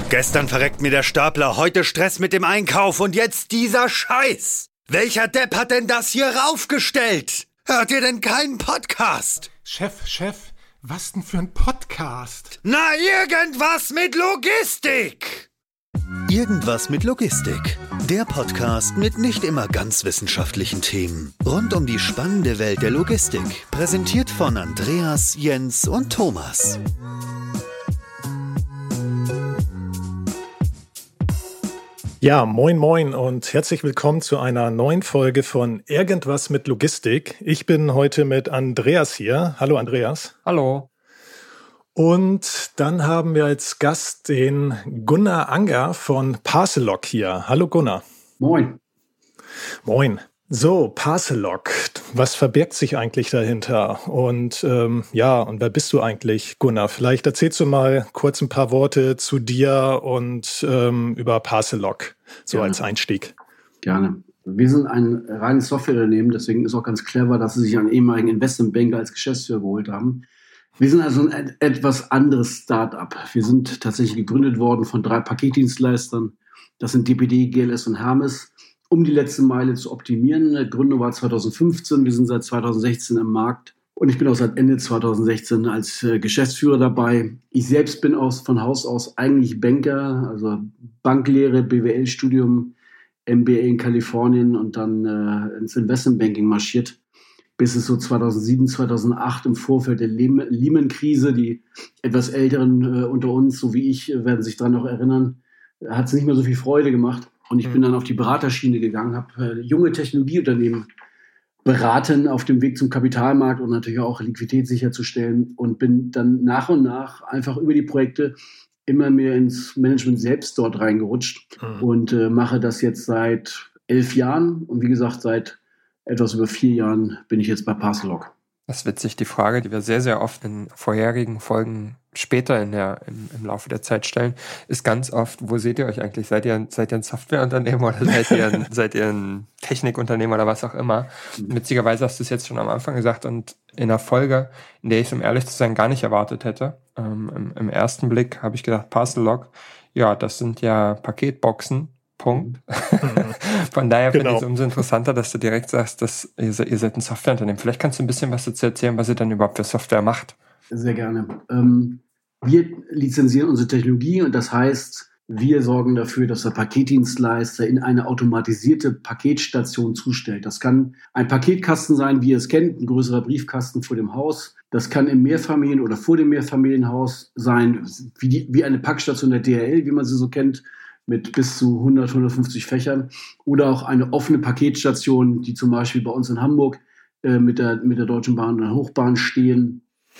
Gestern verreckt mir der Stapler, heute Stress mit dem Einkauf und jetzt dieser Scheiß. Welcher Depp hat denn das hier raufgestellt? Hört ihr denn keinen Podcast? Chef, was denn für ein Podcast? Na, irgendwas mit Logistik. Irgendwas mit Logistik. Der Podcast mit nicht immer ganz wissenschaftlichen Themen. Rund um die spannende Welt der Logistik. Präsentiert von Andreas, Jens und Thomas. Ja, moin und herzlich willkommen zu einer neuen Folge von Irgendwas mit Logistik. Ich bin heute mit Andreas hier. Hallo Andreas. Hallo. Und dann haben wir als Gast den Gunnar Anger von Parcelog hier. Hallo Gunnar. Moin. Moin. So, Parcelog, was verbirgt sich eigentlich dahinter? Und und wer bist du eigentlich, Gunnar? Vielleicht erzählst du mal kurz ein paar Worte zu dir und über Parcelog, so Gerne. als Einstieg. Gerne. Wir sind ein reines Softwareunternehmen, deswegen ist auch ganz clever, dass Sie sich einen ehemaligen Investmentbanker als Geschäftsführer geholt haben. Wir sind also ein etwas anderes Start-up. Wir sind tatsächlich gegründet worden von 3 Paketdienstleistern. Das sind DPD, GLS und Hermes, um die letzte Meile zu optimieren. Die Gründung war 2015, wir sind seit 2016 im Markt und ich bin auch seit Ende 2016 als Geschäftsführer dabei. Ich selbst bin von Haus aus eigentlich Banker, also Banklehre, BWL-Studium, MBA in Kalifornien und dann ins Investmentbanking marschiert, bis es so 2007, 2008 im Vorfeld der Lehman-Krise, die etwas Älteren unter uns, so wie ich, werden sich daran noch erinnern, hat es nicht mehr so viel Freude gemacht. Und ich bin dann auf die Beraterschiene gegangen, habe junge Technologieunternehmen beraten auf dem Weg zum Kapitalmarkt und natürlich auch Liquidität sicherzustellen und bin dann nach und nach einfach über die Projekte immer mehr ins Management selbst dort reingerutscht und mache das jetzt seit 11 Jahren und wie gesagt, seit etwas über 4 Jahren bin ich jetzt bei Parcelog. Das ist witzig, die Frage, die wir sehr, sehr oft in vorherigen Folgen später im Laufe der Zeit stellen, ist ganz oft, wo seht ihr euch eigentlich? Seid ihr ein Softwareunternehmen oder seid ihr ein Technikunternehmen oder was auch immer? Witzigerweise hast du es jetzt schon am Anfang gesagt und in einer Folge, in der ich es, um ehrlich zu sein, gar nicht erwartet hätte. Im ersten Blick habe ich gedacht, Parcelog, ja, das sind ja Paketboxen. Punkt. Von daher finde ich es umso interessanter, dass du direkt sagst, dass ihr seid ein Softwareunternehmen. Vielleicht kannst du ein bisschen was dazu erzählen, was ihr dann überhaupt für Software macht. Sehr gerne. Wir lizenzieren unsere Technologie und das heißt, wir sorgen dafür, dass der Paketdienstleister in eine automatisierte Paketstation zustellt. Das kann ein Paketkasten sein, wie ihr es kennt, ein größerer Briefkasten vor dem Haus. Das kann im Mehrfamilien- oder vor dem Mehrfamilienhaus sein, wie eine Packstation der DHL, wie man sie so kennt, mit bis zu 100, 150 Fächern oder auch eine offene Paketstation, die zum Beispiel bei uns in Hamburg mit der Deutschen Bahn und der Hochbahn stehen.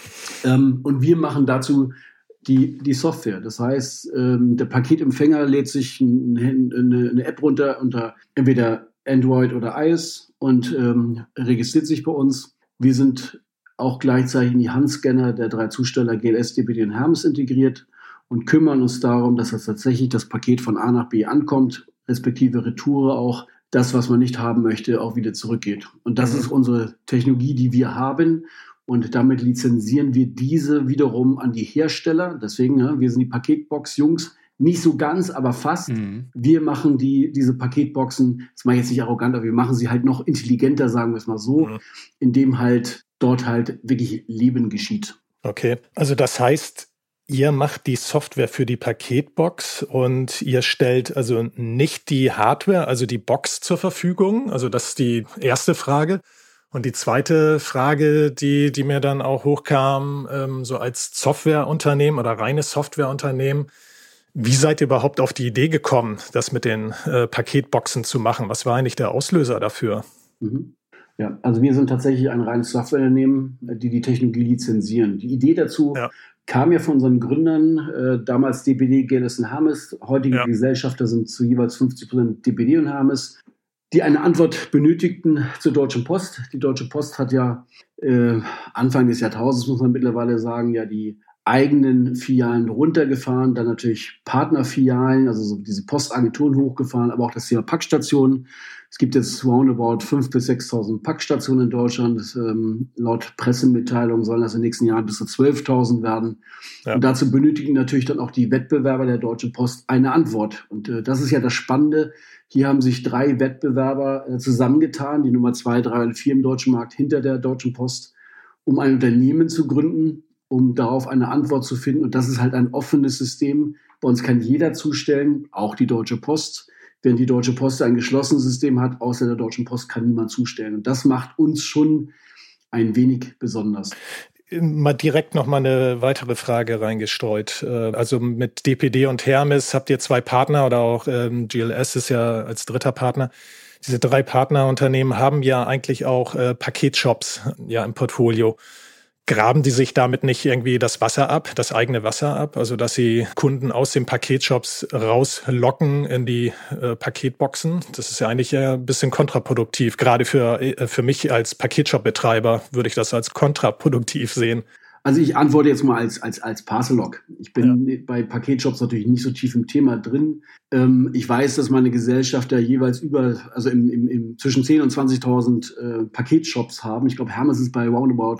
Und wir machen dazu die Software. Das heißt, der Paketempfänger lädt sich eine App runter unter entweder Android oder iOS und registriert sich bei uns. Wir sind auch gleichzeitig in die Handscanner der 3 Zusteller GLS, DPD und Hermes integriert und kümmern uns darum, dass tatsächlich das Paket von A nach B ankommt, respektive Retoure auch das, was man nicht haben möchte, auch wieder zurückgeht. Und das ist unsere Technologie, die wir haben. Und damit lizenzieren wir diese wiederum an die Hersteller. Deswegen, wir sind die Paketbox-Jungs, nicht so ganz, aber fast. Wir machen diese Paketboxen, das mache ich jetzt nicht arrogant, aber wir machen sie halt noch intelligenter, sagen wir es mal so, indem halt dort halt wirklich Leben geschieht. Okay, also das heißt, ihr macht die Software für die Paketbox und ihr stellt also nicht die Hardware, also die Box zur Verfügung. Also das ist die erste Frage. Und die zweite Frage, die mir dann auch hochkam, so als Softwareunternehmen oder reines Softwareunternehmen, wie seid ihr überhaupt auf die Idee gekommen, das mit den Paketboxen zu machen? Was war eigentlich der Auslöser dafür? Ja, also wir sind tatsächlich ein reines Softwareunternehmen, die Technologie lizenzieren. Die Idee dazu kam ja von unseren Gründern, damals DPD, GLS und Hermes. Heutige Gesellschafter sind zu jeweils 50% DPD und Hermes, die eine Antwort benötigten zur Deutschen Post. Die Deutsche Post hat ja Anfang des Jahrtausends, muss man mittlerweile sagen, ja die eigenen Filialen runtergefahren, dann natürlich Partnerfilialen, also so diese Postagenturen hochgefahren, aber auch das Thema Packstationen. Es gibt jetzt roundabout 5.000 bis 6.000 Packstationen in Deutschland. Laut Pressemitteilung sollen das in den nächsten Jahren bis zu 12.000 werden. Ja. Und dazu benötigen natürlich dann auch die Wettbewerber der Deutschen Post eine Antwort. Und das ist ja das Spannende. Hier haben sich 3 Wettbewerber zusammengetan, die Nummer 2, 3 und 4 im deutschen Markt hinter der Deutschen Post, um ein Unternehmen zu gründen, um darauf eine Antwort zu finden. Und das ist halt ein offenes System. Bei uns kann jeder zustellen, auch die Deutsche Post. Während die Deutsche Post ein geschlossenes System hat, außer der Deutschen Post kann niemand zustellen. Und das macht uns schon ein wenig besonders. Mal direkt noch mal eine weitere Frage reingestreut. Also mit DPD und Hermes habt ihr 2 Partner oder auch GLS ist ja als dritter Partner. Diese 3 Partnerunternehmen haben ja eigentlich auch Paketshops ja im Portfolio. Graben die sich damit nicht irgendwie das Wasser ab, das eigene Wasser ab? Also dass sie Kunden aus den Paketshops rauslocken in die Paketboxen? Das ist ja eigentlich ein bisschen kontraproduktiv. Gerade für mich als Paketshop-Betreiber würde ich das als kontraproduktiv sehen. Also ich antworte jetzt mal als Parcelog. Ich bin bei Paketshops natürlich nicht so tief im Thema drin. Ich weiß, dass meine Gesellschafter jeweils zwischen 10.000 und 20.000 Paketshops haben. Ich glaube, Hermes ist bei roundabout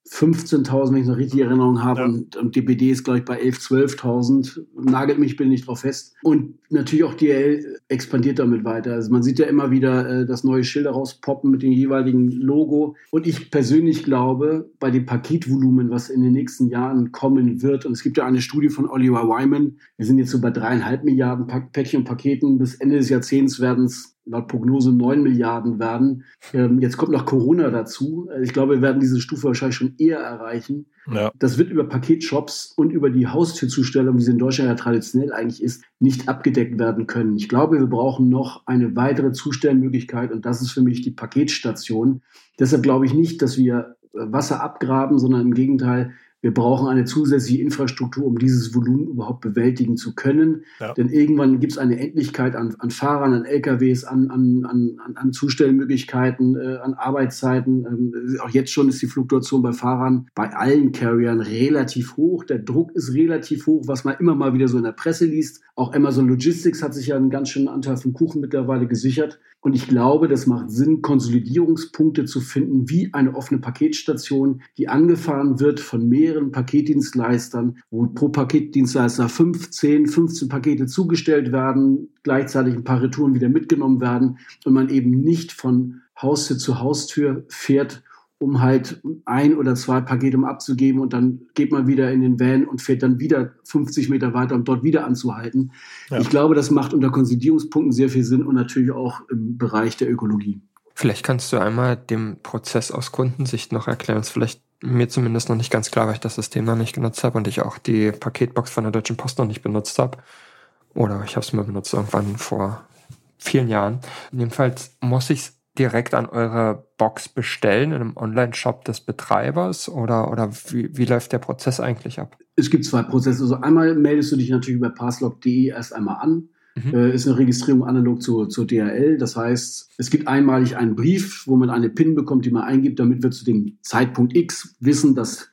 15.000, wenn ich noch richtig Erinnerung habe, und DPD ist, glaube ich, bei 11.000, 12.000. Nagelt mich, bin nicht drauf fest. Und natürlich auch DHL expandiert damit weiter. Also man sieht ja immer wieder das neue Schilder rauspoppen mit dem jeweiligen Logo. Und ich persönlich glaube, bei dem Paketvolumen, was in den nächsten Jahren kommen wird, und es gibt ja eine Studie von Oliver Wyman, wir sind jetzt so bei 3,5 Milliarden Päckchen und Paketen. Bis Ende des Jahrzehnts werden es laut Prognose 9 Milliarden werden. Jetzt kommt noch Corona dazu. Ich glaube, wir werden diese Stufe wahrscheinlich schon eher erreichen. Ja. Das wird über Paketshops und über die Haustürzustellung, wie sie in Deutschland ja traditionell eigentlich ist, nicht abgedeckt werden können. Ich glaube, wir brauchen noch eine weitere Zustellmöglichkeit und das ist für mich die Paketstation. Deshalb glaube ich nicht, dass wir Wasser abgraben, sondern im Gegenteil, wir brauchen eine zusätzliche Infrastruktur, um dieses Volumen überhaupt bewältigen zu können. Ja. Denn irgendwann gibt es eine Endlichkeit an Fahrern, an LKWs, an Zustellmöglichkeiten, an Arbeitszeiten. Auch jetzt schon ist die Fluktuation bei Fahrern bei allen Carriern relativ hoch. Der Druck ist relativ hoch, was man immer mal wieder so in der Presse liest. Auch Amazon Logistics hat sich ja einen ganz schönen Anteil vom Kuchen mittlerweile gesichert. Und ich glaube, das macht Sinn, Konsolidierungspunkte zu finden, wie eine offene Paketstation, die angefahren wird von mehreren Paketdienstleistern, wo pro Paketdienstleister 15 Pakete zugestellt werden, gleichzeitig ein paar Retouren wieder mitgenommen werden und man eben nicht von Haustür zu Haustür fährt, um halt 1 oder 2 Pakete abzugeben und dann geht man wieder in den Van und fährt dann wieder 50 Meter weiter, um dort wieder anzuhalten. Ja. Ich glaube, das macht unter Konsolidierungspunkten sehr viel Sinn und natürlich auch im Bereich der Ökologie. Vielleicht kannst du einmal den Prozess aus Kundensicht noch erklären. Das ist vielleicht mir zumindest noch nicht ganz klar, weil ich das System noch nicht genutzt habe und ich auch die Paketbox von der Deutschen Post noch nicht benutzt habe. Oder ich habe es mal benutzt irgendwann vor vielen Jahren. Jedenfalls muss ich es direkt an eure Box bestellen in einem Online-Shop des Betreibers oder wie läuft der Prozess eigentlich ab? Es gibt 2 Prozesse. Also einmal meldest du dich natürlich über parcelog.de erst einmal an. Ist eine Registrierung analog zur DHL. Das heißt, es gibt einmalig einen Brief, wo man eine PIN bekommt, die man eingibt. Damit wir zu dem Zeitpunkt X wissen, dass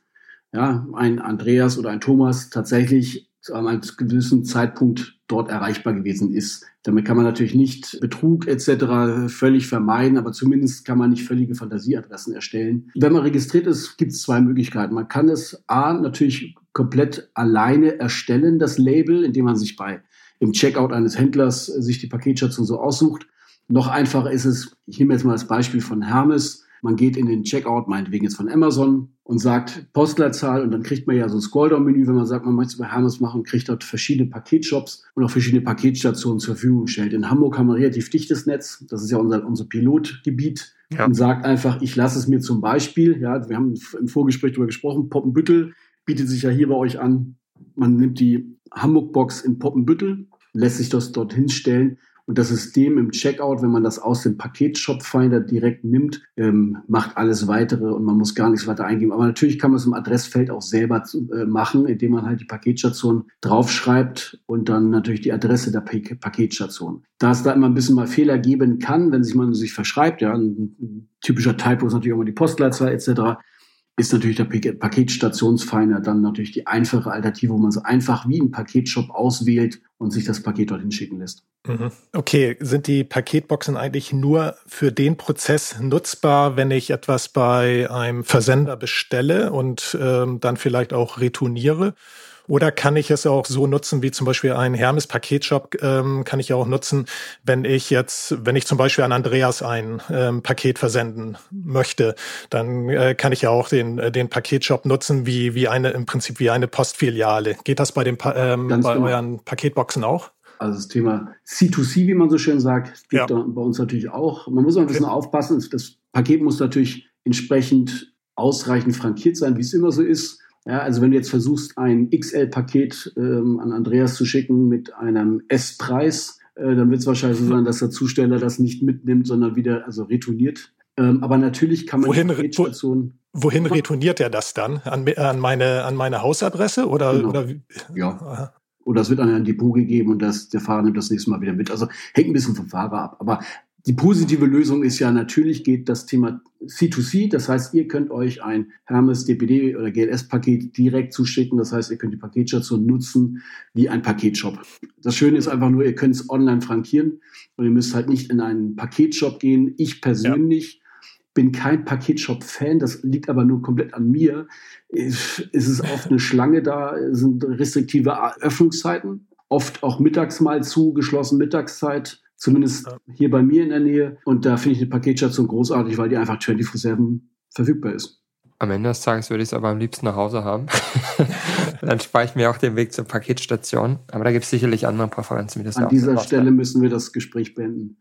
ein Andreas oder ein Thomas tatsächlich zu einem gewissen Zeitpunkt dort erreichbar gewesen ist. Damit kann man natürlich nicht Betrug etc. völlig vermeiden, aber zumindest kann man nicht völlige Fantasieadressen erstellen. Wenn man registriert ist, gibt es 2 Möglichkeiten. Man kann es natürlich komplett alleine erstellen, das Label, indem man sich im Checkout eines Händlers sich die Paketstation so aussucht. Noch einfacher ist es, ich nehme jetzt mal das Beispiel von Hermes, man geht in den Checkout, meinetwegen jetzt von Amazon und sagt Postleitzahl und dann kriegt man ja so ein Scrolldown-Menü, wenn man sagt, man möchte es bei Hermes machen, kriegt dort verschiedene Paketshops und auch verschiedene Paketstationen zur Verfügung gestellt. In Hamburg haben wir ein relativ dichtes Netz, das ist ja unser Pilotgebiet und sagt einfach, ich lasse es mir zum Beispiel, wir haben im Vorgespräch darüber gesprochen, Poppenbüttel bietet sich ja hier bei euch an, man nimmt die Hamburg-Box in Poppenbüttel, lässt sich das dorthin stellen und das System im Checkout, wenn man das aus dem Paketshop-Finder direkt nimmt, macht alles Weitere und man muss gar nichts weiter eingeben. Aber natürlich kann man es im Adressfeld auch selber machen, indem man halt die Paketstation draufschreibt und dann natürlich die Adresse der Paketstation. Da es da immer ein bisschen mal Fehler geben kann, wenn man sich verschreibt, ein typischer Typo ist natürlich auch mal die Postleitzahl etc., ist natürlich der Paketstationsfinder dann natürlich die einfache Alternative, wo man so einfach wie ein Paketshop auswählt und sich das Paket dorthin schicken lässt. Okay, sind die Paketboxen eigentlich nur für den Prozess nutzbar, wenn ich etwas bei einem Versender bestelle und dann vielleicht auch retourniere? Oder kann ich es auch so nutzen, wie zum Beispiel ein Hermes-Paketshop kann ich ja auch nutzen, wenn ich zum Beispiel an Andreas ein Paket versenden möchte, dann kann ich ja auch den Paketshop nutzen im Prinzip wie eine Postfiliale. Geht das bei euren Paketboxen auch? Also das Thema C2C, wie man so schön sagt, gibt bei uns natürlich auch. Man muss auch ein bisschen aufpassen. Das Paket muss natürlich entsprechend ausreichend frankiert sein, wie es immer so ist. Ja, also wenn du jetzt versuchst, ein XL-Paket an Andreas zu schicken mit einem S-Preis, dann wird es wahrscheinlich so sein, dass der Zusteller das nicht mitnimmt, sondern wieder retourniert. Aber natürlich kann man Wohin retourniert er das dann? An meine Hausadresse? Oder, genau. Oder ja. Aha. Oder es wird an ein Depot gegeben und der Fahrer nimmt das nächste Mal wieder mit. Also hängt ein bisschen vom Fahrer ab. Aber die positive Lösung ist ja, natürlich geht das Thema C2C. Das heißt, ihr könnt euch ein Hermes, DPD oder GLS-Paket direkt zuschicken. Das heißt, ihr könnt die Paketstation nutzen wie ein Paketshop. Das Schöne ist einfach nur, ihr könnt es online frankieren und ihr müsst halt nicht in einen Paketshop gehen. Ich persönlich bin kein Paketshop-Fan, das liegt aber nur komplett an mir. Es ist oft eine Schlange da, es sind restriktive Öffnungszeiten, oft auch mittags mal geschlossen, Mittagszeit, zumindest hier bei mir in der Nähe. Und da finde ich eine Paketstation großartig, weil die einfach 24/7 verfügbar ist. Am Ende des Tages würde ich es aber am liebsten nach Hause haben. Dann spare ich mir auch den Weg zur Paketstation. Aber da gibt es sicherlich andere Präferenzen, wie das an dieser Stelle müssen wir das Gespräch beenden.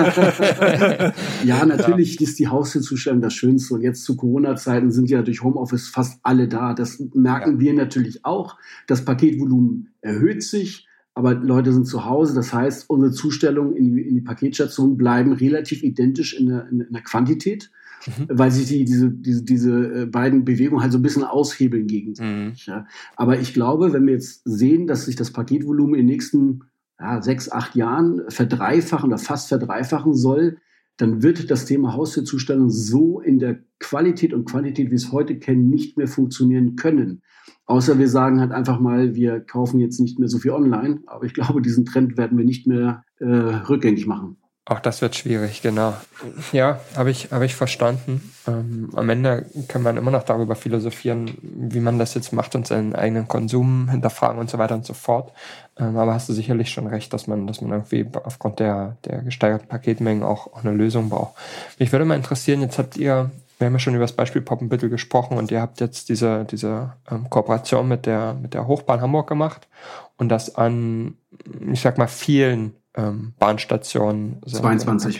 Ja, natürlich ist die Haustürzustellung das Schönste. Und jetzt zu Corona-Zeiten sind ja durch Homeoffice fast alle da. Das merken wir natürlich auch. Das Paketvolumen erhöht sich, aber Leute sind zu Hause. Das heißt, unsere Zustellungen in die Paketstation bleiben relativ identisch in der Quantität. Weil sich diese beiden Bewegungen halt so ein bisschen aushebeln gegenseitig. Ja. Aber ich glaube, wenn wir jetzt sehen, dass sich das Paketvolumen in den nächsten 6, 8 Jahren verdreifachen oder fast verdreifachen soll, dann wird das Thema Haustürzustellung so in der Qualität und Quantität, wie wir es heute kennen, nicht mehr funktionieren können. Außer wir sagen halt einfach mal, wir kaufen jetzt nicht mehr so viel online. Aber ich glaube, diesen Trend werden wir nicht mehr rückgängig machen. Auch das wird schwierig, genau. Ja, habe ich verstanden. Am Ende kann man immer noch darüber philosophieren, wie man das jetzt macht und seinen eigenen Konsum hinterfragen und so weiter und so fort. Aber hast du sicherlich schon recht, dass man irgendwie aufgrund der gesteigerten Paketmengen auch eine Lösung braucht. Mich würde mal interessieren, jetzt wir haben ja schon über das Beispiel Poppenbüttel gesprochen und ihr habt jetzt diese Kooperation mit der Hochbahn Hamburg gemacht und das an, ich sag mal, vielen Bahnstationen. 22.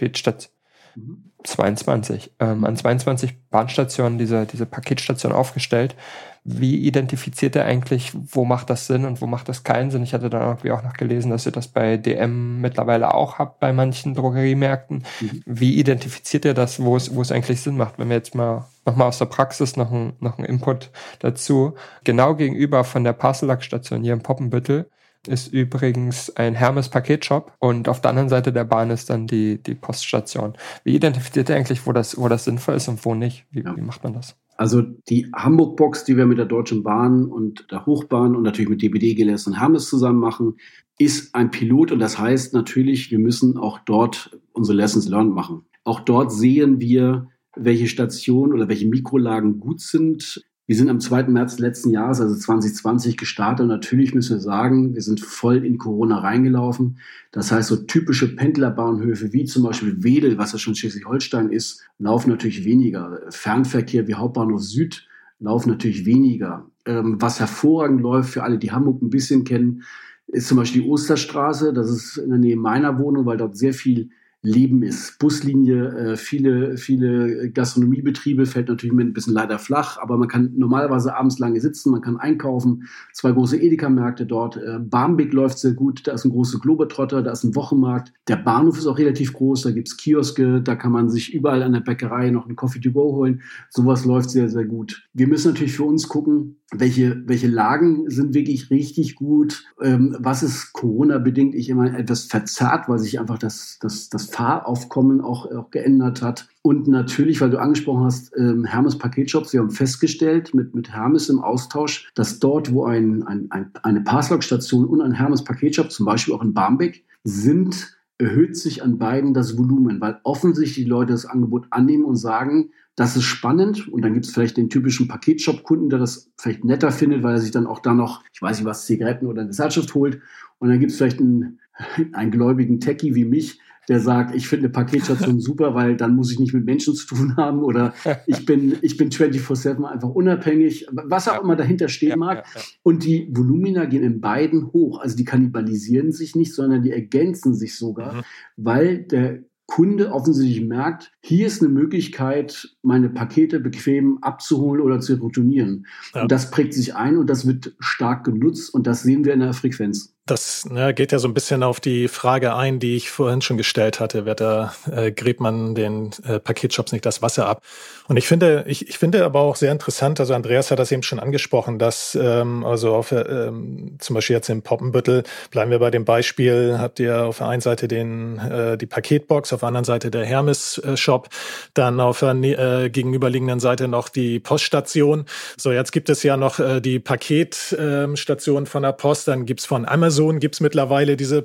22. An 22 Bahnstationen diese Paketstation aufgestellt. Wie identifiziert ihr eigentlich, wo macht das Sinn und wo macht das keinen Sinn? Ich hatte dann irgendwie auch noch gelesen, dass ihr das bei DM mittlerweile auch habt, bei manchen Drogeriemärkten. Wie identifiziert ihr das, wo es eigentlich Sinn macht? Wenn wir jetzt mal nochmal aus der Praxis noch einen Input dazu. Genau gegenüber von der Parcelac-Station hier in Poppenbüttel ist übrigens ein Hermes-Paketshop und auf der anderen Seite der Bahn ist dann die Poststation. Wie identifiziert ihr eigentlich, wo das sinnvoll ist und wo nicht? Wie macht man das? Also die Hamburg-Box, die wir mit der Deutschen Bahn und der Hochbahn und natürlich mit DPD, GLS und Hermes zusammen machen, ist ein Pilot und das heißt natürlich, wir müssen auch dort unsere Lessons learned machen. Auch dort sehen wir, welche Stationen oder welche Mikrolagen gut sind. Wir sind am 2. März letzten Jahres, also 2020, gestartet. Und natürlich müssen wir sagen, wir sind voll in Corona reingelaufen. Das heißt, so typische Pendlerbahnhöfe wie zum Beispiel Wedel, was ja schon Schleswig-Holstein ist, laufen natürlich weniger. Fernverkehr wie Hauptbahnhof Süd laufen natürlich weniger. Was hervorragend läuft für alle, die Hamburg ein bisschen kennen, ist zum Beispiel die Osterstraße. Das ist in der Nähe meiner Wohnung, weil dort sehr viel Leben ist. Buslinie, viele Gastronomiebetriebe, fällt natürlich ein bisschen leider flach, aber man kann normalerweise abends lange sitzen, man kann einkaufen, 2 große Edeka-Märkte dort, Barmbek läuft sehr gut, da ist ein großer Globetrotter, da ist ein Wochenmarkt, der Bahnhof ist auch relativ groß, da gibt's Kioske, da kann man sich überall an der Bäckerei noch einen Coffee to go holen, sowas läuft sehr, sehr gut. Wir müssen natürlich für uns gucken, welche Lagen sind wirklich richtig gut, was ist Corona-bedingt ich immer etwas verzerrt, weil sich einfach das Fahraufkommen auch geändert hat. Und natürlich, weil du angesprochen hast, Hermes Paketshops, wir haben festgestellt mit Hermes im Austausch, dass dort, wo eine Parslog-Station und ein Hermes Paketshop, zum Beispiel auch in Barmbek, sind, erhöht sich an beiden das Volumen, weil offensichtlich die Leute das Angebot annehmen und sagen, das ist spannend. Und dann gibt es vielleicht den typischen Paketshop-Kunden, der das vielleicht netter findet, weil er sich dann auch da noch, ich weiß nicht was, Zigaretten oder eine Zeitschrift holt. Und dann gibt es vielleicht einen gläubigen Techie wie mich, der sagt, ich finde eine Paketstation super, weil dann muss ich nicht mit Menschen zu tun haben oder ich bin 24/7 einfach unabhängig, was auch immer dahinter stehen mag. Und die Volumina gehen in beiden hoch. Also die kannibalisieren sich nicht, sondern die ergänzen sich sogar, weil der Kunde offensichtlich merkt, hier ist eine Möglichkeit, meine Pakete bequem abzuholen oder zu retournieren. Ja. Und das prägt sich ein und das wird stark genutzt und das sehen wir in der Frequenz. Das geht ja so ein bisschen auf die Frage ein, die ich vorhin schon gestellt hatte. Gräbt man den Paketshops nicht das Wasser ab? Und ich finde aber auch sehr interessant, also Andreas hat das eben schon angesprochen, dass zum Beispiel jetzt im Poppenbüttel, bleiben wir bei dem Beispiel, habt ihr auf der einen Seite die Paketbox, auf der anderen Seite der Hermes-Shop, dann auf der gegenüberliegenden Seite noch die Poststation. So, jetzt gibt es ja noch die Paketstation von der Post, dann gibt's von Amazon gibt's mittlerweile diese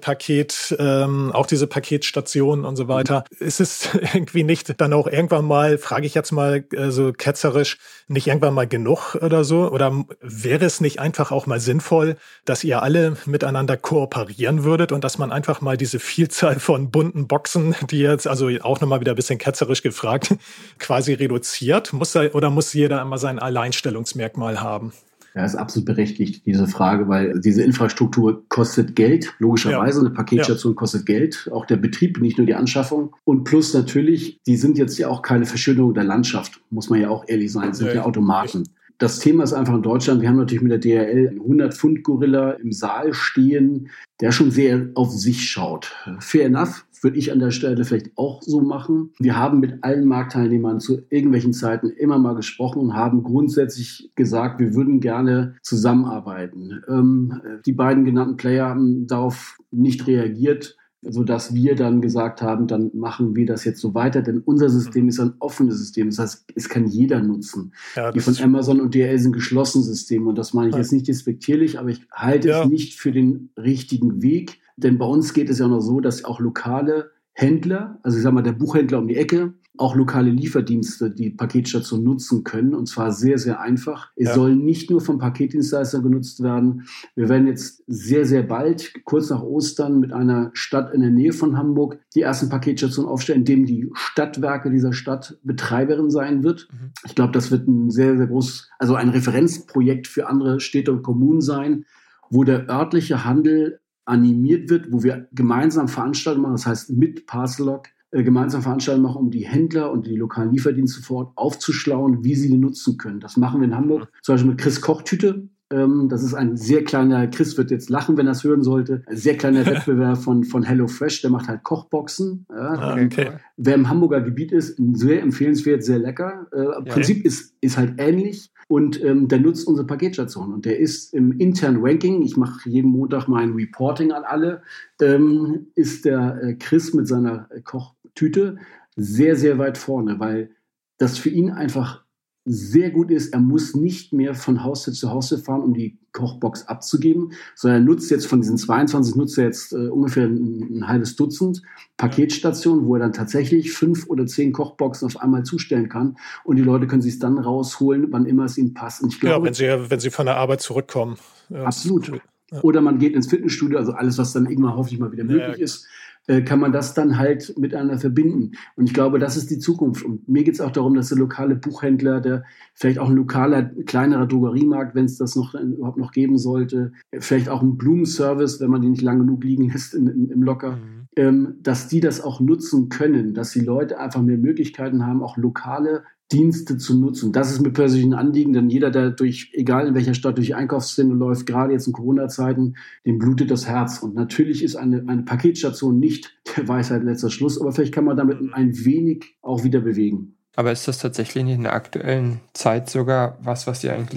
auch diese Paketstationen und so weiter. Ist es irgendwie nicht dann auch irgendwann mal, frage ich jetzt mal so ketzerisch, nicht irgendwann mal genug oder so? Oder wäre es nicht einfach auch mal sinnvoll, dass ihr alle miteinander kooperieren würdet und dass man einfach mal diese Vielzahl von bunten Boxen, die jetzt, also auch nochmal wieder ein bisschen ketzerisch gefragt, quasi reduziert? Muss jeder immer sein Alleinstellungsmerkmal haben? Ja, ist absolut berechtigt, diese Frage, weil diese Infrastruktur kostet Geld, logischerweise. Ja. Eine Paketstation kostet Geld, auch der Betrieb, nicht nur die Anschaffung. Und plus natürlich, die sind jetzt ja auch keine Verschönerung der Landschaft, muss man ja auch ehrlich sein, sind ja Automaten. Das Thema ist einfach in Deutschland, wir haben natürlich mit der DHL einen 100-Pfund-Gorilla im Saal stehen, der schon sehr auf sich schaut. Fair enough, würde ich an der Stelle vielleicht auch so machen. Wir haben mit allen Marktteilnehmern zu irgendwelchen Zeiten immer mal gesprochen und haben grundsätzlich gesagt, wir würden gerne zusammenarbeiten. Die beiden genannten Player haben darauf nicht reagiert, sodass wir dann gesagt haben, dann machen wir das jetzt so weiter, denn unser System ist ein offenes System, das heißt, es kann jeder nutzen. Ja, die von Amazon und DHL sind geschlossene Systeme und das meine ich jetzt nicht despektierlich, aber ich halte es nicht für den richtigen Weg, denn bei uns geht es ja noch so, dass auch lokale Händler, also ich sage mal der Buchhändler um die Ecke, auch lokale Lieferdienste die Paketstation nutzen können und zwar sehr, sehr einfach. Es soll nicht nur vom Paketdienstleister genutzt werden. Wir werden jetzt sehr, sehr bald, kurz nach Ostern, mit einer Stadt in der Nähe von Hamburg die ersten Paketstationen aufstellen, in dem die Stadtwerke dieser Stadt Betreiberin sein wird. Ich glaube, das wird ein sehr, sehr großes, also ein Referenzprojekt für andere Städte und Kommunen sein, wo der örtliche Handel animiert wird, wo wir gemeinsam Veranstaltungen machen, das heißt mit Parcellog, gemeinsam Veranstaltungen machen, um die Händler und die lokalen Lieferdienste vor Ort aufzuschlauen, wie sie die nutzen können. Das machen wir in Hamburg, zum Beispiel mit Chris Kochtüte. Das ist ein sehr kleiner, Chris wird jetzt lachen, wenn er es hören sollte, ein sehr kleiner Wettbewerb von HelloFresh, der macht halt Kochboxen. Okay. Wer im Hamburger Gebiet ist, sehr empfehlenswert, sehr lecker. Prinzip ist halt ähnlich. Und der nutzt unsere Paketstation und der ist im internen Ranking, ich mache jeden Montag mein Reporting an alle, ist der Chris mit seiner Kochtüte sehr, sehr weit vorne, weil das für ihn einfach sehr gut ist. Er muss nicht mehr von Haustür zu Haustür fahren, um die Kochbox abzugeben, sondern er nutzt jetzt von diesen 22, ungefähr ein halbes Dutzend Paketstationen, wo er dann tatsächlich 5 oder 10 Kochboxen auf einmal zustellen kann und die Leute können sich es dann rausholen, wann immer es ihnen passt. Und ich glaube, wenn sie von der Arbeit zurückkommen. Ja, absolut. Oder man geht ins Fitnessstudio, also alles, was dann irgendwann hoffentlich mal wieder möglich ist, kann man das dann halt miteinander verbinden. Und ich glaube, das ist die Zukunft. Und mir geht es auch darum, dass der lokale Buchhändler, der vielleicht auch ein lokaler, kleinerer Drogeriemarkt, wenn es das überhaupt noch geben sollte, vielleicht auch ein Blumenservice, wenn man die nicht lang genug liegen lässt im Locker, dass die das auch nutzen können, dass die Leute einfach mehr Möglichkeiten haben, auch lokale Dienste zu nutzen. Das ist mir persönlich ein Anliegen, denn jeder, der egal in welcher Stadt, durch die Einkaufsszene läuft, gerade jetzt in Corona-Zeiten, dem blutet das Herz. Und natürlich ist eine Paketstation nicht der Weisheit letzter Schluss, aber vielleicht kann man damit ein wenig auch wieder bewegen. Aber ist das tatsächlich nicht in der aktuellen Zeit sogar was ihr eigentlich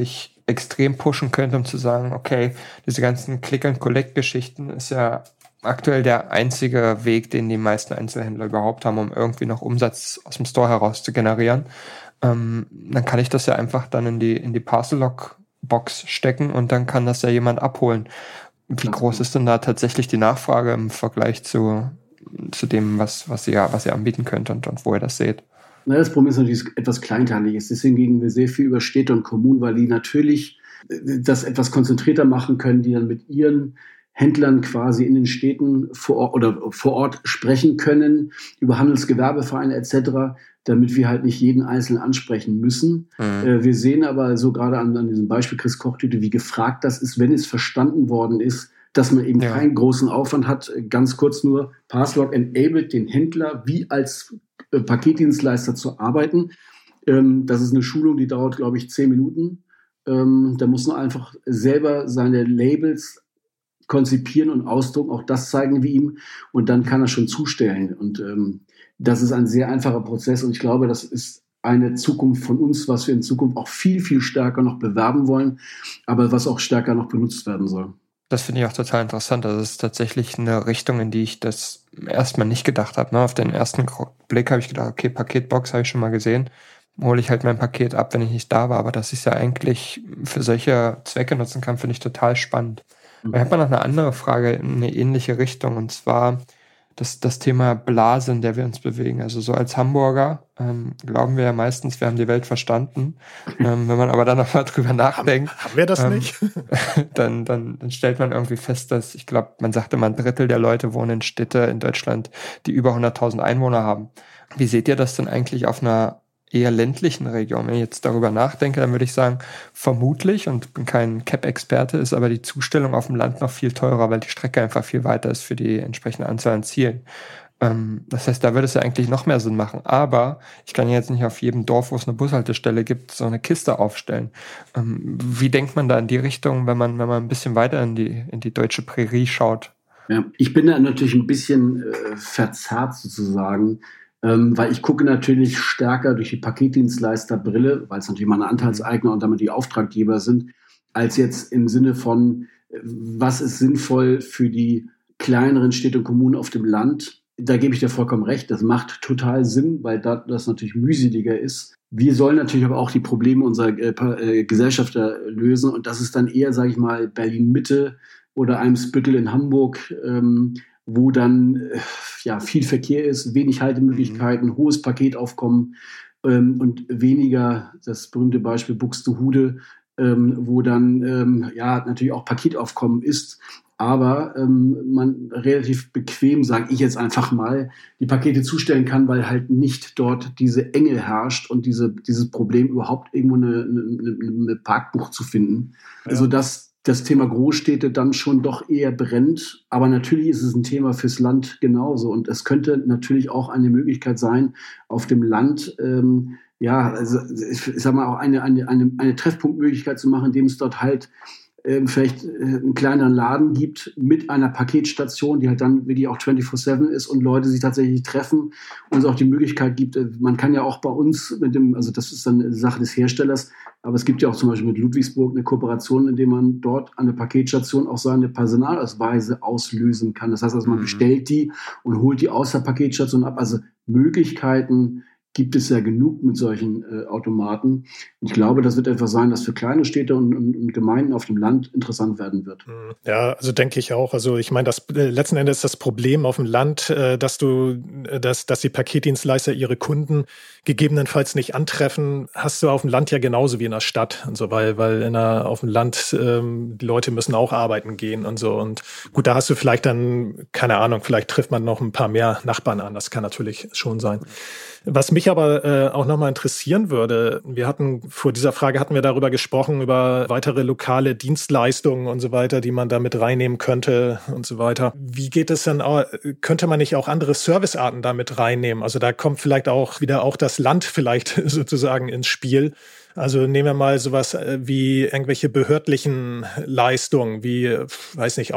extrem pushen könnte, um zu sagen, okay, diese ganzen Click-and-Collect-Geschichten ist ja aktuell der einzige Weg, den die meisten Einzelhändler überhaupt haben, um irgendwie noch Umsatz aus dem Store heraus zu generieren. Dann kann ich das ja einfach dann in die Parcel-Lock-Box stecken und dann kann das ja jemand abholen. Wie groß ist denn da tatsächlich die Nachfrage im Vergleich zu dem, was ihr anbieten könnt und wo ihr das seht? Na, das Problem ist natürlich etwas Kleinteiliges. Deswegen gehen wir sehr viel über Städte und Kommunen, weil die natürlich das etwas konzentrierter machen können, die dann mit ihren Händlern quasi in den Städten vor Ort sprechen können, über Handelsgewerbevereine etc., damit wir halt nicht jeden Einzelnen ansprechen müssen. Wir sehen aber so gerade an diesem Beispiel Chris Kochtüte, wie gefragt das ist, wenn es verstanden worden ist, dass man eben keinen großen Aufwand hat. Ganz kurz nur, Parcellock enabled den Händler, wie als Paketdienstleister zu arbeiten. Das ist eine Schulung, die dauert, glaube ich, 10 Minuten. Da muss man einfach selber seine Labels konzipieren und ausdrucken. Auch das zeigen wir ihm. Und dann kann er schon zustellen. Und das ist ein sehr einfacher Prozess. Und ich glaube, das ist eine Zukunft von uns, was wir in Zukunft auch viel, viel stärker noch bewerben wollen, aber was auch stärker noch benutzt werden soll. Das finde ich auch total interessant. Also es ist tatsächlich eine Richtung, in die ich das erstmal nicht gedacht habe. Auf den ersten Blick habe ich gedacht, okay, Paketbox habe ich schon mal gesehen. Hole ich halt mein Paket ab, wenn ich nicht da war. Aber dass ich es ja eigentlich für solche Zwecke nutzen kann, finde ich total spannend. Ich habe noch eine andere Frage in eine ähnliche Richtung. Und zwar das Thema Blase, in der wir uns bewegen. Also so als Hamburger glauben wir ja meistens, wir haben die Welt verstanden. Wenn man aber dann nochmal drüber nachdenkt. Haben wir das nicht? Dann stellt man irgendwie fest, dass, ich glaube, man sagte mal, 1/3 der Leute wohnen in Städte in Deutschland, die über 100.000 Einwohner haben. Wie seht ihr das denn eigentlich auf einer eher ländlichen Region? Wenn ich jetzt darüber nachdenke, dann würde ich sagen, vermutlich, und bin kein CAP-Experte, ist aber die Zustellung auf dem Land noch viel teurer, weil die Strecke einfach viel weiter ist für die entsprechende Anzahl an Zielen. Das heißt, da würde es ja eigentlich noch mehr Sinn machen. Aber ich kann jetzt nicht auf jedem Dorf, wo es eine Bushaltestelle gibt, so eine Kiste aufstellen. Wie denkt man da in die Richtung, wenn man ein bisschen weiter in die deutsche Prärie schaut? Ja, ich bin da natürlich ein bisschen verzerrt sozusagen, weil ich gucke natürlich stärker durch die Paketdienstleisterbrille, weil es natürlich meine Anteilseigner und damit die Auftraggeber sind, als jetzt im Sinne von, was ist sinnvoll für die kleineren Städte und Kommunen auf dem Land. Da gebe ich dir vollkommen recht, das macht total Sinn, weil das natürlich mühseliger ist. Wir sollen natürlich aber auch die Probleme unserer Gesellschaft lösen und das ist dann eher, sage ich mal, Berlin-Mitte oder Eimsbüttel in Hamburg, wo dann viel Verkehr ist, wenig Haltemöglichkeiten, hohes Paketaufkommen und weniger das berühmte Beispiel Buxtehude, wo dann natürlich auch Paketaufkommen ist, aber man relativ bequem, sage ich jetzt einfach mal, die Pakete zustellen kann, weil halt nicht dort diese Enge herrscht und dieses Problem überhaupt irgendwo eine Parkbucht zu finden. Ja. Also das Thema Großstädte dann schon doch eher brennt. Aber natürlich ist es ein Thema fürs Land genauso. Und es könnte natürlich auch eine Möglichkeit sein, auf dem Land, ich sag mal, auch eine Treffpunktmöglichkeit zu machen, indem es dort halt vielleicht einen kleineren Laden gibt mit einer Paketstation, die halt dann wirklich auch 24/7 ist und Leute sich tatsächlich treffen und es auch die Möglichkeit gibt, man kann ja auch bei uns das ist dann eine Sache des Herstellers, aber es gibt ja auch zum Beispiel mit Ludwigsburg eine Kooperation, in der man dort an der Paketstation auch seine Personalausweise auslösen kann. Das heißt also, man bestellt die und holt die aus der Paketstation ab. Also Möglichkeiten gibt es ja genug mit solchen Automaten. Ich glaube, das wird etwas sein, das für kleine Städte und Gemeinden auf dem Land interessant werden wird. Ja, also denke ich auch. Also ich meine, das letzten Endes ist das Problem auf dem Land, dass die Paketdienstleister ihre Kunden gegebenenfalls nicht antreffen, hast du auf dem Land ja genauso wie in der Stadt und so, weil auf dem Land die Leute müssen auch arbeiten gehen und so. Und gut, da hast du vielleicht dann, keine Ahnung, vielleicht trifft man noch ein paar mehr Nachbarn an. Das kann natürlich schon sein. Was mich aber auch nochmal interessieren würde, vor dieser Frage hatten wir darüber gesprochen, über weitere lokale Dienstleistungen und so weiter, die man da mit reinnehmen könnte und so weiter. Wie geht es denn, könnte man nicht auch andere Servicearten da mit reinnehmen? Also da kommt vielleicht auch wieder das Land vielleicht sozusagen ins Spiel. Also nehmen wir mal sowas wie irgendwelche behördlichen Leistungen, wie, weiß nicht,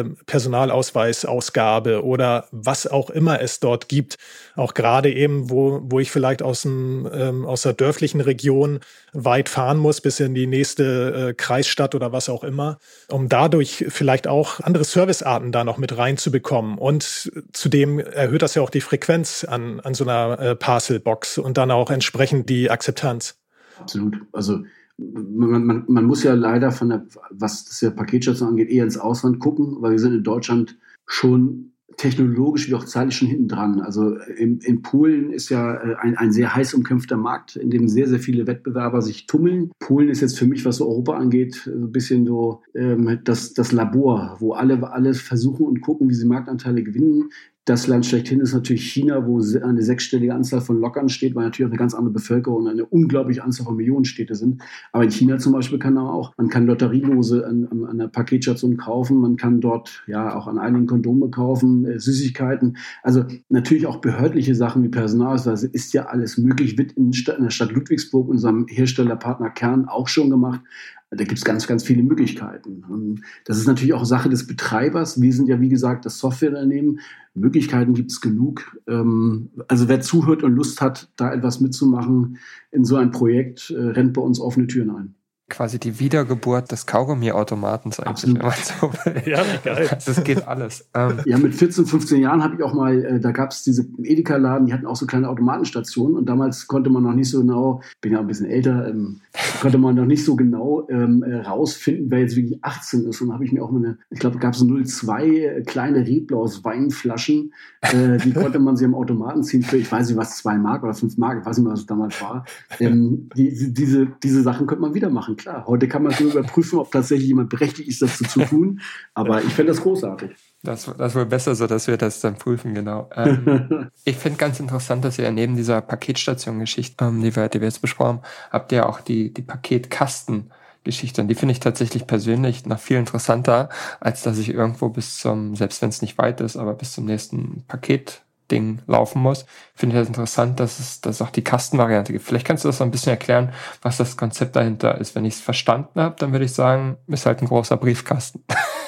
Personalausweisausgabe oder was auch immer es dort gibt. Auch gerade eben, wo ich vielleicht aus der dörflichen Region weit fahren muss, bis in die nächste Kreisstadt oder was auch immer, um dadurch vielleicht auch andere Servicearten da noch mit reinzubekommen. Und zudem erhöht das ja auch die Frequenz an so einer Parcelbox und dann auch entsprechend die Akzeptanz. Absolut. Also man muss ja leider was das ja Paketstation angeht, eher ins Ausland gucken, weil wir sind in Deutschland schon technologisch wie auch zeitlich schon hinten dran. Also in Polen ist ja ein sehr heiß umkämpfter Markt, in dem sehr, sehr viele Wettbewerber sich tummeln. Polen ist jetzt für mich, was so Europa angeht, so ein bisschen so das Labor, wo alle versuchen und gucken, wie sie Marktanteile gewinnen. Das Land schlechthin ist natürlich China, wo eine 6-stellige Anzahl von Lockern steht, weil natürlich auch eine ganz andere Bevölkerung und eine unglaubliche Anzahl von Millionenstädte sind. Aber in China zum Beispiel man kann Lotterielose an der Paketstation kaufen, man kann dort ja auch an einigen Kondome kaufen, Süßigkeiten. Also natürlich auch behördliche Sachen wie Personalausweise ist ja alles möglich, wird in der Stadt Ludwigsburg, unserem Herstellerpartner Kern, auch schon gemacht. Da gibt es ganz, ganz viele Möglichkeiten. Und das ist natürlich auch Sache des Betreibers. Wir sind ja, wie gesagt, das Softwareunternehmen. Möglichkeiten gibt es genug. Also wer zuhört und Lust hat, da etwas mitzumachen in so ein Projekt, rennt bei uns offene Türen ein. Quasi die Wiedergeburt des Kaugummi-Automatens eigentlich, wenn man so will. Ja, wie geil. Das geht alles. Ja, mit 14, 15 Jahren habe ich auch mal, da gab es diese Edeka-Laden, die hatten auch so kleine Automatenstationen und damals konnte man noch nicht so genau, bin ja ein bisschen älter, konnte man noch nicht so genau rausfinden, wer jetzt wirklich 18 ist. Und dann habe ich mir auch mal ich glaube, gab es 0,2 kleine Reblaus Weinflaschen, die konnte man sich am Automaten ziehen für, ich weiß nicht was, 2 Mark oder 5 Mark, ich weiß nicht mehr, was es damals war. Diese Sachen könnte man wieder machen. Klar, heute kann man nur überprüfen, ob tatsächlich jemand berechtigt ist, das zu tun. Aber ich fände das großartig. Das ist wohl besser so, dass wir das dann prüfen, genau. Ich finde ganz interessant, dass ihr neben dieser Paketstation-Geschichte, die wir jetzt besprochen haben, habt ihr auch die Paketkasten-Geschichte. Und die finde ich tatsächlich persönlich noch viel interessanter, als dass ich irgendwo selbst wenn es nicht weit ist, aber bis zum nächsten Paketding laufen muss. Finde ich das interessant, dass es auch die Kastenvariante gibt. Vielleicht kannst du das so ein bisschen erklären, was das Konzept dahinter ist. Wenn ich es verstanden habe, dann würde ich sagen, ist halt ein großer Briefkasten.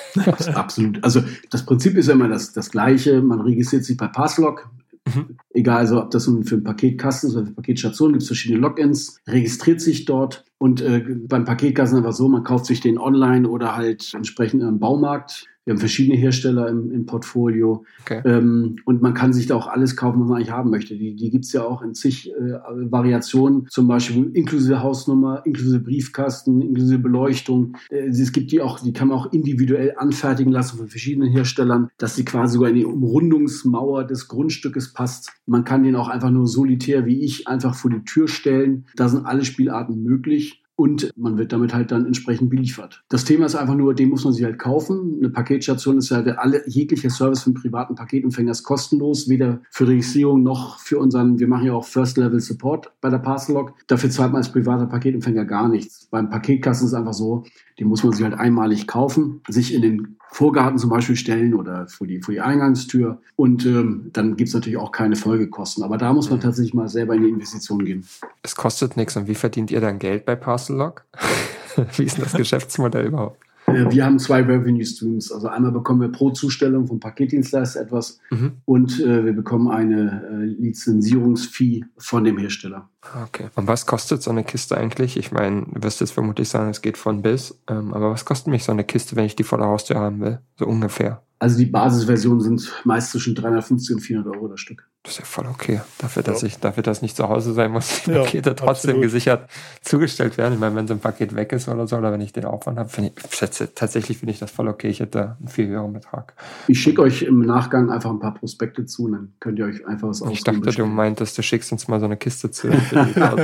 Absolut. Also das Prinzip ist ja immer das Gleiche. Man registriert sich bei Parcelog. Egal, also ob das nun für einen Paketkasten ist oder für Paketstationen, gibt es verschiedene Logins, registriert sich dort und beim Paketkasten einfach so, man kauft sich den online oder halt entsprechend im Baumarkt. Wir haben verschiedene Hersteller im Portfolio. Okay. Und man kann sich da auch alles kaufen, was man eigentlich haben möchte. Die gibt es ja auch in zig Variationen, zum Beispiel inklusive Hausnummer, inklusive Briefkasten, inklusive Beleuchtung. Es gibt die kann man auch individuell anfertigen lassen von verschiedenen Herstellern, dass sie quasi sogar in die Umrundungsmauer des Grundstückes passt. Man kann den auch einfach nur solitär wie ich einfach vor die Tür stellen. Da sind alle Spielarten möglich. Und man wird damit halt dann entsprechend beliefert. Das Thema ist einfach nur, den muss man sich halt kaufen. Eine Paketstation ist halt jeglicher Service für einen privaten Paketempfänger ist kostenlos, weder für Registrierung noch für wir machen ja auch First-Level-Support bei der Parcelog. Dafür zahlt man als privater Paketempfänger gar nichts. Beim Paketkasten ist es einfach so, den muss man sich halt einmalig kaufen, sich in den Vorgarten zum Beispiel stellen oder vor die Eingangstür. Und dann gibt es natürlich auch keine Folgekosten. Aber da muss man tatsächlich mal selber in die Investition gehen. Es kostet nichts. Und wie verdient ihr dann Geld bei Parcelog? Wie ist denn das Geschäftsmodell überhaupt? Wir haben 2 Revenue Streams. Also einmal bekommen wir pro Zustellung vom Paketdienstleister etwas und wir bekommen eine Lizenzierungsfee von dem Hersteller. Okay. Und was kostet so eine Kiste eigentlich? Ich meine, du wirst jetzt vermutlich sagen, es geht von bis. Aber was kostet mich so eine Kiste, wenn ich die vor der Haustür haben will? So ungefähr. Also die Basisversionen sind meist zwischen 350 und 400 Euro das Stück. Das ist ja voll okay. Dafür, dass nicht zu Hause sein muss, die Pakete trotzdem gesichert zugestellt werden. Ich meine, wenn so ein Paket weg ist oder so, oder wenn ich den Aufwand habe, finde ich das voll okay. Ich hätte einen viel höheren Betrag. Ich schicke euch im Nachgang einfach ein paar Prospekte zu und dann könnt ihr euch einfach was aussuchen. Ich dachte, du meintest, du schickst uns mal so eine Kiste zu. Da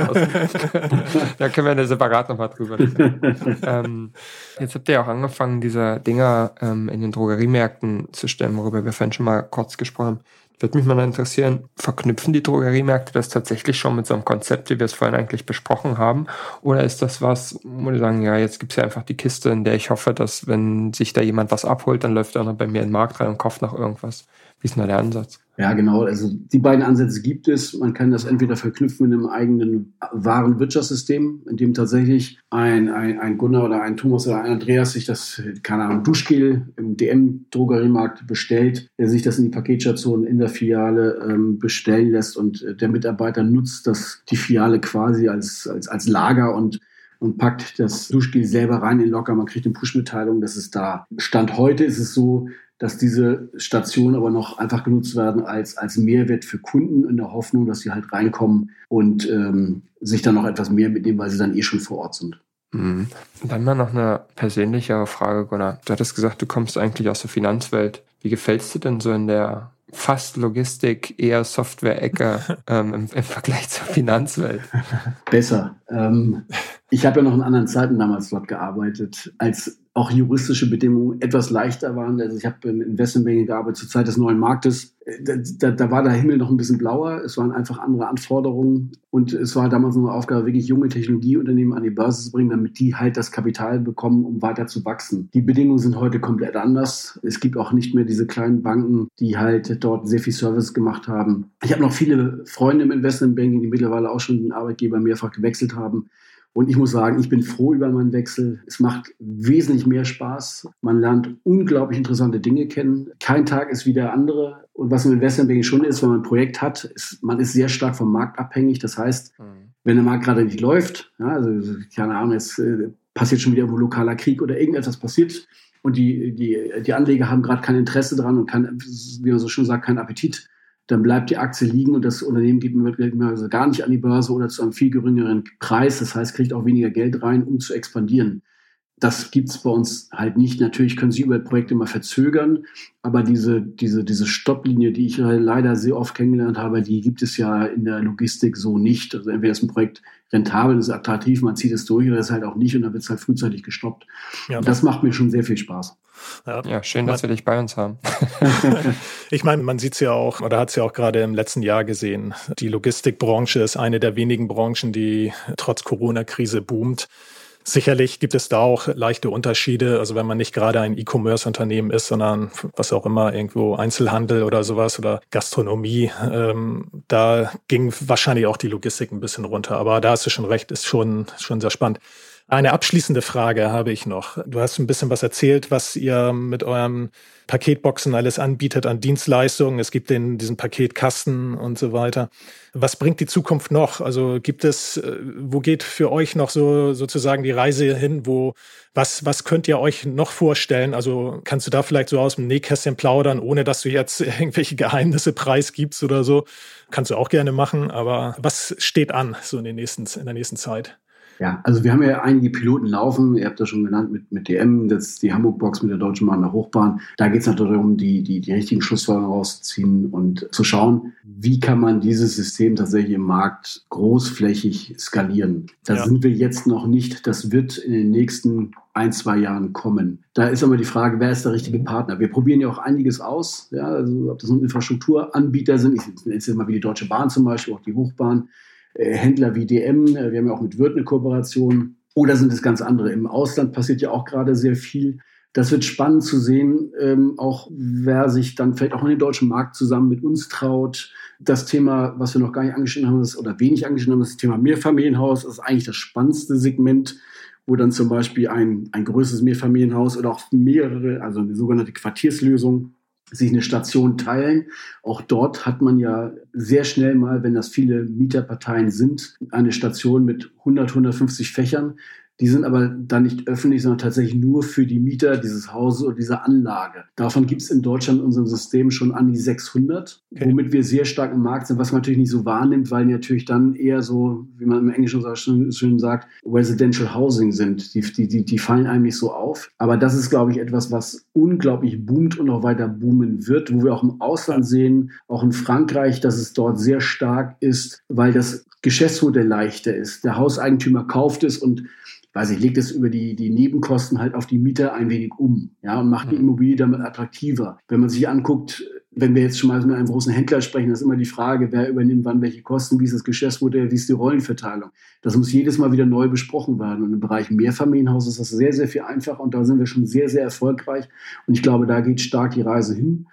können wir eine separat nochmal drüber reden. Jetzt habt ihr auch angefangen, diese Dinger in den Drogeriemärkten zu stellen, worüber wir vorhin schon mal kurz gesprochen haben. Würde mich mal interessieren, verknüpfen die Drogeriemärkte das tatsächlich schon mit so einem Konzept, wie wir es vorhin eigentlich besprochen haben? Oder ist das was, wo die sagen, ja, jetzt gibt es ja einfach die Kiste, in der ich hoffe, dass wenn sich da jemand was abholt, dann läuft er noch bei mir in den Markt rein und kauft noch irgendwas. Wie ist denn da der Ansatz? Ja, genau. Also die beiden Ansätze gibt es. Man kann das entweder verknüpfen mit einem eigenen wahren Wirtschaftssystem, in dem tatsächlich ein Gunnar oder ein Thomas oder ein Andreas sich das, keine Ahnung, Duschgel im DM-Drogeriemarkt bestellt, der sich das in die Paketstation in der Filiale bestellen lässt und der Mitarbeiter nutzt die Filiale quasi als Lager und packt das Duschgel selber rein in den Locker. Man kriegt eine Push-Mitteilung, das ist da. Stand heute ist es so, dass diese Stationen aber noch einfach genutzt werden als Mehrwert für Kunden in der Hoffnung, dass sie halt reinkommen und sich dann noch etwas mehr mitnehmen, weil sie dann schon vor Ort sind. Mhm. Dann mal noch eine persönlichere Frage, Gunnar. Du hattest gesagt, du kommst eigentlich aus der Finanzwelt. Wie gefällt es dir denn so in der fast Logistik, eher Software-Ecke im Vergleich zur Finanzwelt? Besser. Ich habe ja noch in anderen Zeiten damals dort gearbeitet, als auch juristische Bedingungen etwas leichter waren. Also ich habe im Investmentbanking gearbeitet zur Zeit des neuen Marktes. Da war der Himmel noch ein bisschen blauer. Es waren einfach andere Anforderungen. Und es war damals eine Aufgabe, wirklich junge Technologieunternehmen an die Börse zu bringen, damit die halt das Kapital bekommen, um weiter zu wachsen. Die Bedingungen sind heute komplett anders. Es gibt auch nicht mehr diese kleinen Banken, die halt dort sehr viel Service gemacht haben. Ich habe noch viele Freunde im Investmentbanking, die mittlerweile auch schon den Arbeitgeber mehrfach gewechselt haben. Und ich muss sagen, ich bin froh über meinen Wechsel. Es macht wesentlich mehr Spaß. Man lernt unglaublich interessante Dinge kennen. Kein Tag ist wie der andere. Und was im Investmentbanking schon ist, wenn man ein Projekt hat, man ist sehr stark vom Markt abhängig. Das heißt, wenn der Markt gerade nicht läuft, ja, also keine Ahnung, jetzt passiert schon wieder irgendwo lokaler Krieg oder irgendetwas passiert und die Anleger haben gerade kein Interesse dran und wie man so schön sagt, keinen Appetit, dann bleibt die Aktie liegen und das Unternehmen geht möglicherweise gar nicht an die Börse oder zu einem viel geringeren Preis. Das heißt, kriegt auch weniger Geld rein, um zu expandieren. Das gibt es bei uns halt nicht. Natürlich können Sie über Projekte mal verzögern, aber diese Stopplinie, die ich leider sehr oft kennengelernt habe, die gibt es ja in der Logistik so nicht. Also entweder ist ein Projekt rentabel, ist attraktiv, man zieht es durch oder ist halt auch nicht und dann wird es halt frühzeitig gestoppt. Ja. Und das macht mir schon sehr viel Spaß. Ja, schön, dass wir dich bei uns haben. Ich meine, man sieht es ja auch, oder hat es ja auch gerade im letzten Jahr gesehen. Die Logistikbranche ist eine der wenigen Branchen, die trotz Corona-Krise boomt. Sicherlich gibt es da auch leichte Unterschiede. Also wenn man nicht gerade ein E-Commerce-Unternehmen ist, sondern was auch immer, irgendwo Einzelhandel oder sowas oder Gastronomie, da ging wahrscheinlich auch die Logistik ein bisschen runter. Aber da hast du schon recht, ist schon sehr spannend. Eine abschließende Frage habe ich noch. Du hast ein bisschen was erzählt, was ihr mit eurem Paketboxen alles anbietet an Dienstleistungen. Es gibt diesen Paketkasten und so weiter. Was bringt die Zukunft noch? Also wo geht für euch noch so sozusagen die Reise hin? Was könnt ihr euch noch vorstellen? Also kannst du da vielleicht so aus dem Nähkästchen plaudern, ohne dass du jetzt irgendwelche Geheimnisse preisgibst oder so? Kannst du auch gerne machen, aber was steht an so in der nächsten Zeit? Ja, also wir haben ja einige Piloten laufen. Ihr habt das schon genannt mit DM, das ist die Hamburg-Box mit der Deutschen Bahn der Hochbahn. Da geht es natürlich darum, die richtigen Schlussfolgerungen rauszuziehen und zu schauen, wie kann man dieses System tatsächlich im Markt großflächig skalieren. Da sind wir jetzt noch nicht. Das wird in den nächsten 1-2 Jahren kommen. Da ist aber die Frage, wer ist der richtige Partner? Wir probieren ja auch einiges aus. Ja, also ob das nun Infrastrukturanbieter sind, ich nenne es jetzt mal wie die Deutsche Bahn zum Beispiel, auch die Hochbahn, Händler wie DM, wir haben ja auch mit Würth eine Kooperation, oder sind es ganz andere? Im Ausland passiert ja auch gerade sehr viel. Das wird spannend zu sehen, auch wer sich dann vielleicht auch in den deutschen Markt zusammen mit uns traut. Das Thema, was wir noch gar nicht angeschnitten haben, oder wenig angeschnitten haben, das Thema Mehrfamilienhaus, das ist eigentlich das spannendste Segment, wo dann zum Beispiel ein größeres Mehrfamilienhaus oder auch mehrere, also eine sogenannte Quartierslösung, sich eine Station teilen. Auch dort hat man ja sehr schnell mal, wenn das viele Mieterparteien sind, eine Station mit 150 Fächern. Die sind aber dann nicht öffentlich, sondern tatsächlich nur für die Mieter dieses Hauses oder dieser Anlage. Davon gibt es in Deutschland in unserem System schon an die 600, womit wir sehr stark im Markt sind, was man natürlich nicht so wahrnimmt, weil natürlich dann eher so, wie man im Englischen so schön sagt, Residential Housing sind. Die fallen einem nicht so auf. Aber das ist, glaube ich, etwas, was unglaublich boomt und auch weiter boomen wird, wo wir auch im Ausland sehen, auch in Frankreich, dass es dort sehr stark ist, weil das Geschäftsmodell leichter ist. Der Hauseigentümer kauft es und legt es über die Nebenkosten halt auf die Mieter ein wenig um, ja, und macht die Immobilie damit attraktiver. Wenn man sich anguckt, wenn wir jetzt schon mal mit einem großen Händler sprechen, das ist immer die Frage, wer übernimmt wann welche Kosten, wie ist das Geschäftsmodell, wie ist die Rollenverteilung. Das muss jedes Mal wieder neu besprochen werden. Und im Bereich Mehrfamilienhaus ist das sehr, sehr viel einfacher und da sind wir schon sehr, sehr erfolgreich. Und ich glaube, da geht stark die Reise hin.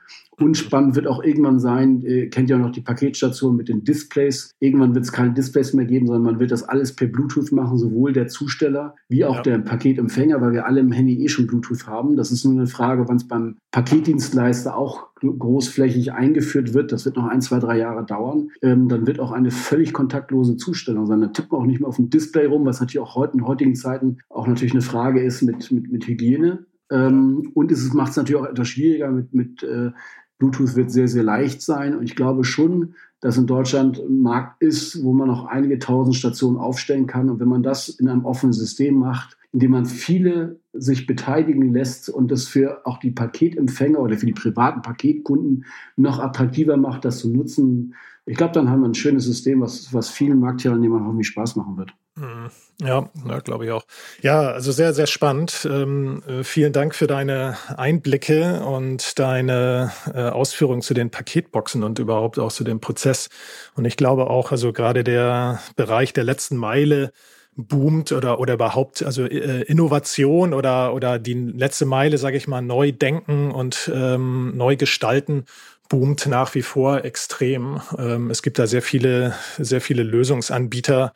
Und spannend wird auch irgendwann sein, kennt ihr auch noch die Paketstation mit den Displays. Irgendwann wird es keine Displays mehr geben, sondern man wird das alles per Bluetooth machen, sowohl der Zusteller wie auch der Paketempfänger, weil wir alle im Handy schon Bluetooth haben. Das ist nur eine Frage, wann es beim Paketdienstleister auch großflächig eingeführt wird. Das wird noch 1, 2, 3 Jahre dauern. Dann wird auch eine völlig kontaktlose Zustellung sein. Da tippt man auch nicht mehr auf dem Display rum, was natürlich auch in heutigen Zeiten auch natürlich eine Frage ist mit Hygiene. Und es macht es natürlich auch etwas schwieriger. Mit Bluetooth wird sehr, sehr leicht sein. Und ich glaube schon, dass in Deutschland ein Markt ist, wo man noch einige tausend Stationen aufstellen kann. Und wenn man das in einem offenen System macht, indem man viele sich beteiligen lässt und das für auch die Paketempfänger oder für die privaten Paketkunden noch attraktiver macht, das zu nutzen, ich glaube, dann haben wir ein schönes System, was vielen Marktteilnehmern hoffentlich Spaß machen wird. Ja, glaube ich auch. Ja, also sehr, sehr spannend. Vielen Dank für deine Einblicke und deine Ausführungen zu den Paketboxen und überhaupt auch zu dem Prozess. Und ich glaube auch, also gerade der Bereich der letzten Meile boomt oder überhaupt, also Innovation oder die letzte Meile, sage ich mal, neu denken und neu gestalten, boomt nach wie vor extrem. Es gibt da sehr viele Lösungsanbieter.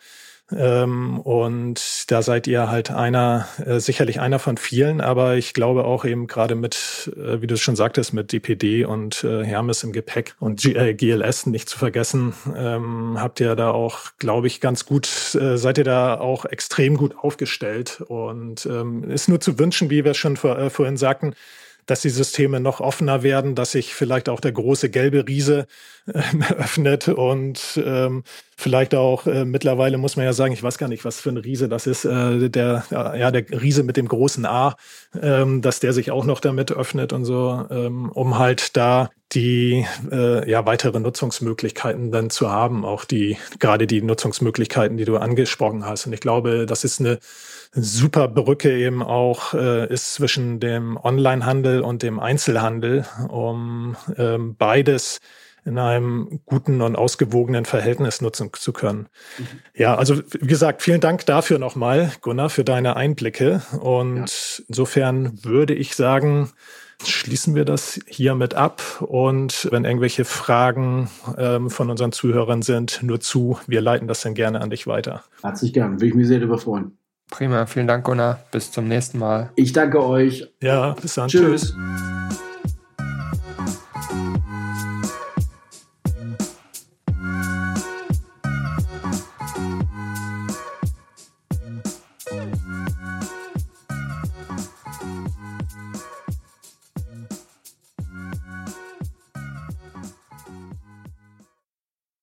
Und da seid ihr halt sicherlich einer von vielen, aber ich glaube auch eben gerade mit, wie du es schon sagtest, mit DPD und Hermes im Gepäck und GLS nicht zu vergessen, habt ihr da auch, glaube ich, ganz gut, seid ihr da auch extrem gut aufgestellt und ist nur zu wünschen, wie wir schon vorhin sagten, dass die Systeme noch offener werden, dass sich vielleicht auch der große gelbe Riese öffnet und vielleicht auch mittlerweile muss man ja sagen, ich weiß gar nicht, was für ein Riese das ist, der Riese mit dem großen A, dass der sich auch noch damit öffnet und so, um halt da die weitere Nutzungsmöglichkeiten dann zu haben, auch gerade die Nutzungsmöglichkeiten, die du angesprochen hast. Und ich glaube, das ist eine super Brücke eben auch ist zwischen dem Onlinehandel und dem Einzelhandel, um beides in einem guten und ausgewogenen Verhältnis nutzen zu können. Ja, also wie gesagt, vielen Dank dafür nochmal, Gunnar, für deine Einblicke. Und insofern würde ich sagen, schließen wir das hiermit ab. Und wenn irgendwelche Fragen von unseren Zuhörern sind, nur zu, wir leiten das dann gerne an dich weiter. Herzlich gern, würde ich mich sehr darüber freuen. Prima, vielen Dank, Gunnar. Bis zum nächsten Mal. Ich danke euch. Ja, bis dann. Tschüss.